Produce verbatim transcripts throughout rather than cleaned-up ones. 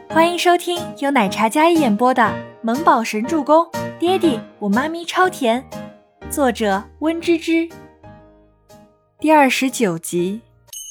欢迎收听由奶茶嘉一演播的《萌宝神助攻》，爹地我妈咪超甜，作者温芝芝。第二十九集。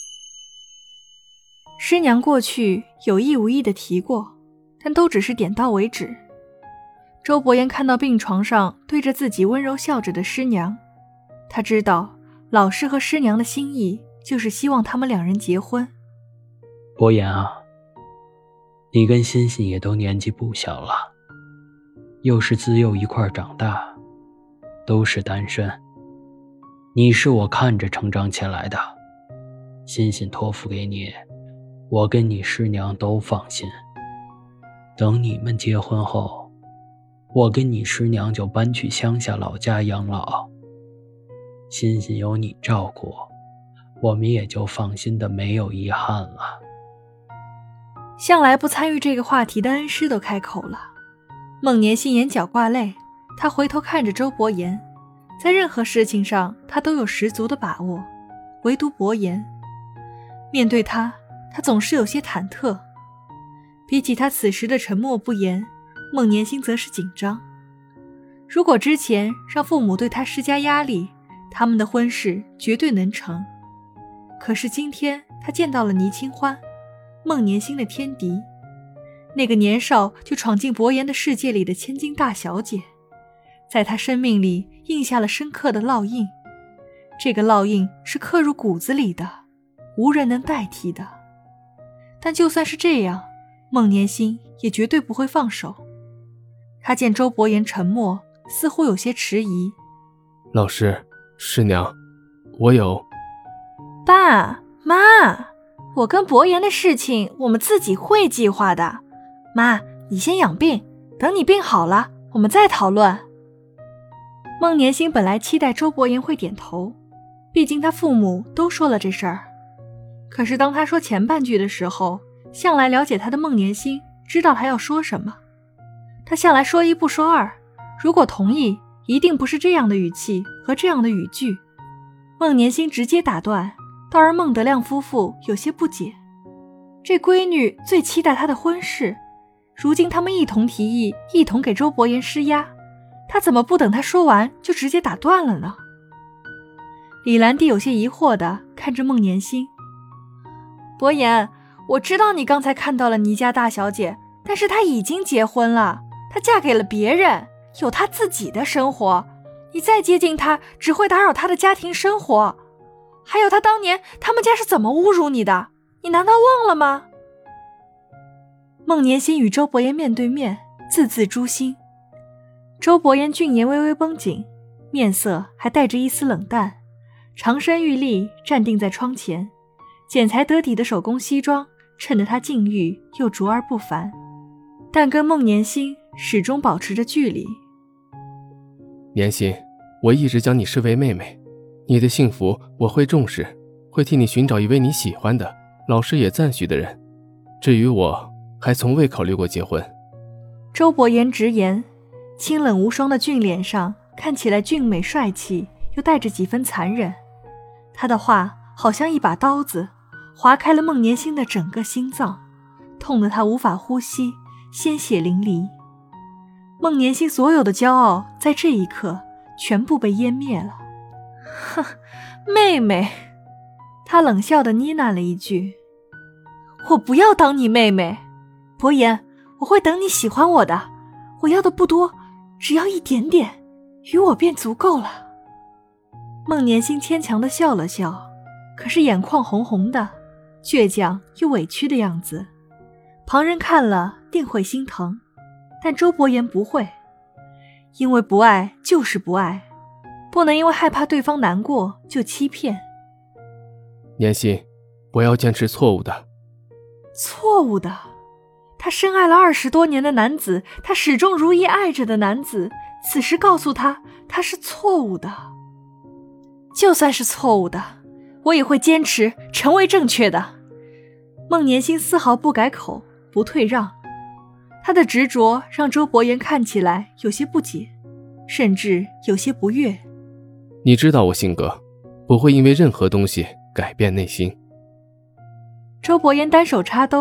师娘过去有意无意地提过，但都只是点到为止。周伯言看到病床上对着自己温柔笑着的师娘，他知道老师和师娘的心意就是希望他们两人结婚。 伯言啊，你跟欣欣也都年纪不小了，又是自幼一块长大，都是单身，你是我看着成长起来的，欣欣托付给你，我跟你师娘都放心。等你们结婚后，我跟你师娘就搬去乡下老家养老，欣欣有你照顾，我们也就放心的没有遗憾了。 向来不参与这个话题的恩师都开口了。孟年心眼角挂泪，他回头看着周伯言，在任何事情上他都有十足的把握，唯独伯言，面对他，他总是有些忐忑。比起他此时的沉默不言，孟年心则是紧张。如果之前让父母对他施加压力，他们的婚事绝对能成。可是今天他见到了倪清欢，孟年心的天敌，那个年少就闯进伯言的世界里的千金大小姐，在他生命里印下了深刻的烙印。这个烙印是刻入骨子里的，无人能代替的。但就算是这样，孟年心也绝对不会放手。他见周伯言沉默，似乎有些迟疑。 老师，师娘，我有…… 爸妈，我跟伯言的事情我们自己会计划的。妈，你先养病，等你病好了，我们再讨论。孟年心本来期待周伯言会点头，毕竟他父母都说了这事儿。可是当他说前半句的时候，向来了解他的孟年心知道他要说什么。他向来说一不说二，如果同意，一定不是这样的语气和这样的语句。孟年心直接打断，倒让孟德亮夫妇有些不解。这闺女最期待他的婚事，如今他们一同提议，一同给周伯言施压，他怎么不等他说完就直接打断了呢？李兰娣有些疑惑地看着孟年心。伯言，我知道你刚才看到了倪家大小姐，但是她已经结婚了，她嫁给了别人，有她自己的生活，你再接近她只会打扰她的家庭生活。还有她当年他们家是怎么侮辱你的，你难道忘了吗？孟年心与周伯言面对面，字字诛心。周伯言俊颜微微绷紧，面色还带着一丝冷淡，长身玉立站定在窗前，剪裁得体的手工西装衬得他静玉又卓而不凡，但跟孟年心始终保持着距离。 年心，我一直将你视为妹妹，你的幸福我会重视，会替你寻找一位你喜欢的，老师也赞许的人。至于我，还从未考虑过结婚。 周伯言直言，清冷无双的俊脸上看起来俊美帅气，又带着几分残忍。他的话好像一把刀子，划开了孟年心的整个心脏，痛得他无法呼吸，鲜血淋漓。孟年心所有的骄傲在这一刻全部被湮灭了。哼，妹妹，他冷笑地呢喃了一句。我不要当你妹妹，伯言，我会等你喜欢我的，我要的不多，只要一点点，与我便足够了。孟年心牵强地笑了笑，可是眼眶红红的，倔强又委屈的样子，旁人看了定会心疼，但周伯言不会，因为不爱就是不爱，不能因为害怕对方难过就欺骗。 年心，不要坚持错误的。 错误的？他深爱了二十多年的男子，他始终如一爱着的男子，此时告诉他他是错误的。就算是错误的，我也会坚持成为正确的。孟年心丝毫不改口，不退让。他的执着让周伯言看起来有些不解，甚至有些不悦。 你知道我性格，不会因为任何东西改变内心。 周伯言单手插兜，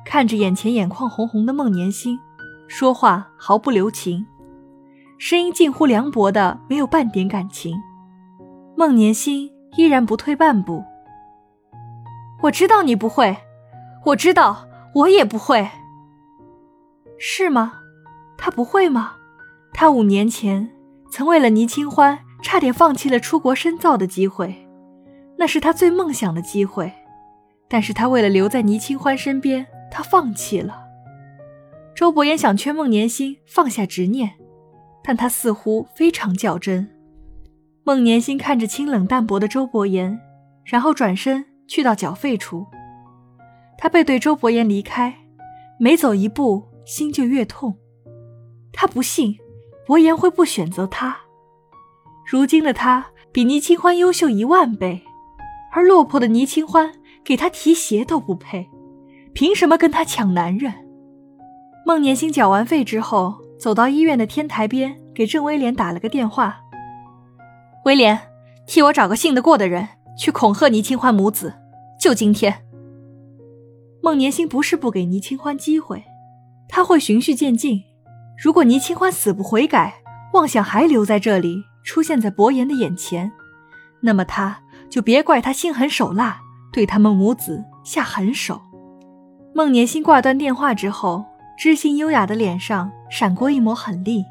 看着眼前眼眶红红的孟年星，说话毫不留情，声音近乎凉薄的没有半点感情。孟年星依然不退半步。我知道你不会，我知道我也不会。是吗？他不会吗？他五年前曾为了倪清欢差点放弃了出国深造的机会，那是他最梦想的机会，但是他为了留在倪清欢身边，他放弃了。周伯言想劝孟年星放下执念，但他似乎非常较真。孟年星看着清冷淡薄的周伯言，然后转身去到缴费处。他背对周伯言离开，每走一步心就越痛。他不信伯言会不选择他。如今的他比倪清欢优秀一万倍，而落魄的倪清欢给他提鞋都不配，凭什么跟他抢男人？孟年星缴完费之后，走到医院的天台边，给郑威廉打了个电话。威廉，替我找个信得过的人，去恐吓倪清欢母子，就今天。孟年星不是不给倪清欢机会，他会循序渐进。如果倪清欢死不悔改，妄想还留在这里，出现在伯言的眼前，那么他就别怪他心狠手辣，对他们母子下狠手。孟年星挂断电话之后，知性优雅的脸上闪过一抹狠厉。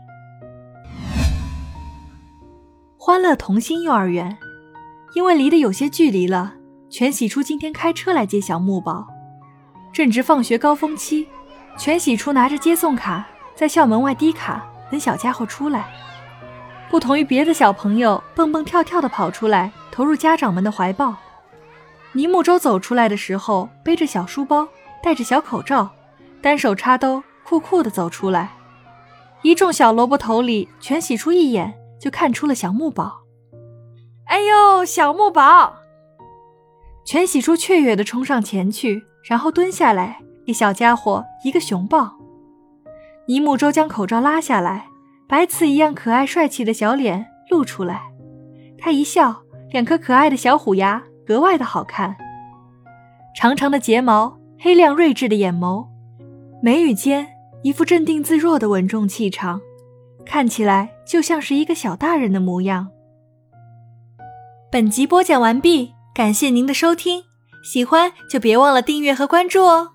欢乐同心幼儿园，因为离得有些距离了，全喜初今天开车来接小木宝。正值放学高峰期，全喜初拿着接送卡在校门外滴卡，等小家伙出来。不同于别的小朋友蹦蹦跳跳地跑出来，投入家长们的怀抱，倪木舟走出来的时候背着小书包，戴着小口罩，单手插兜，酷酷地走出来。一众小萝卜头里，全喜初一眼就看出了小木宝。哎呦，小木宝！全喜初雀跃地冲上前去，然后蹲下来给小家伙一个熊抱。倪木舟将口罩拉下来，白瓷一样可爱帅气的小脸露出来，他一笑，两颗可爱的小虎牙格外的好看。长长的睫毛，黑亮睿智的眼眸，眉宇间一副镇定自若的稳重气场，看起来就像是一个小大人的模样。本集播讲完毕，感谢您的收听，喜欢就别忘了订阅和关注哦。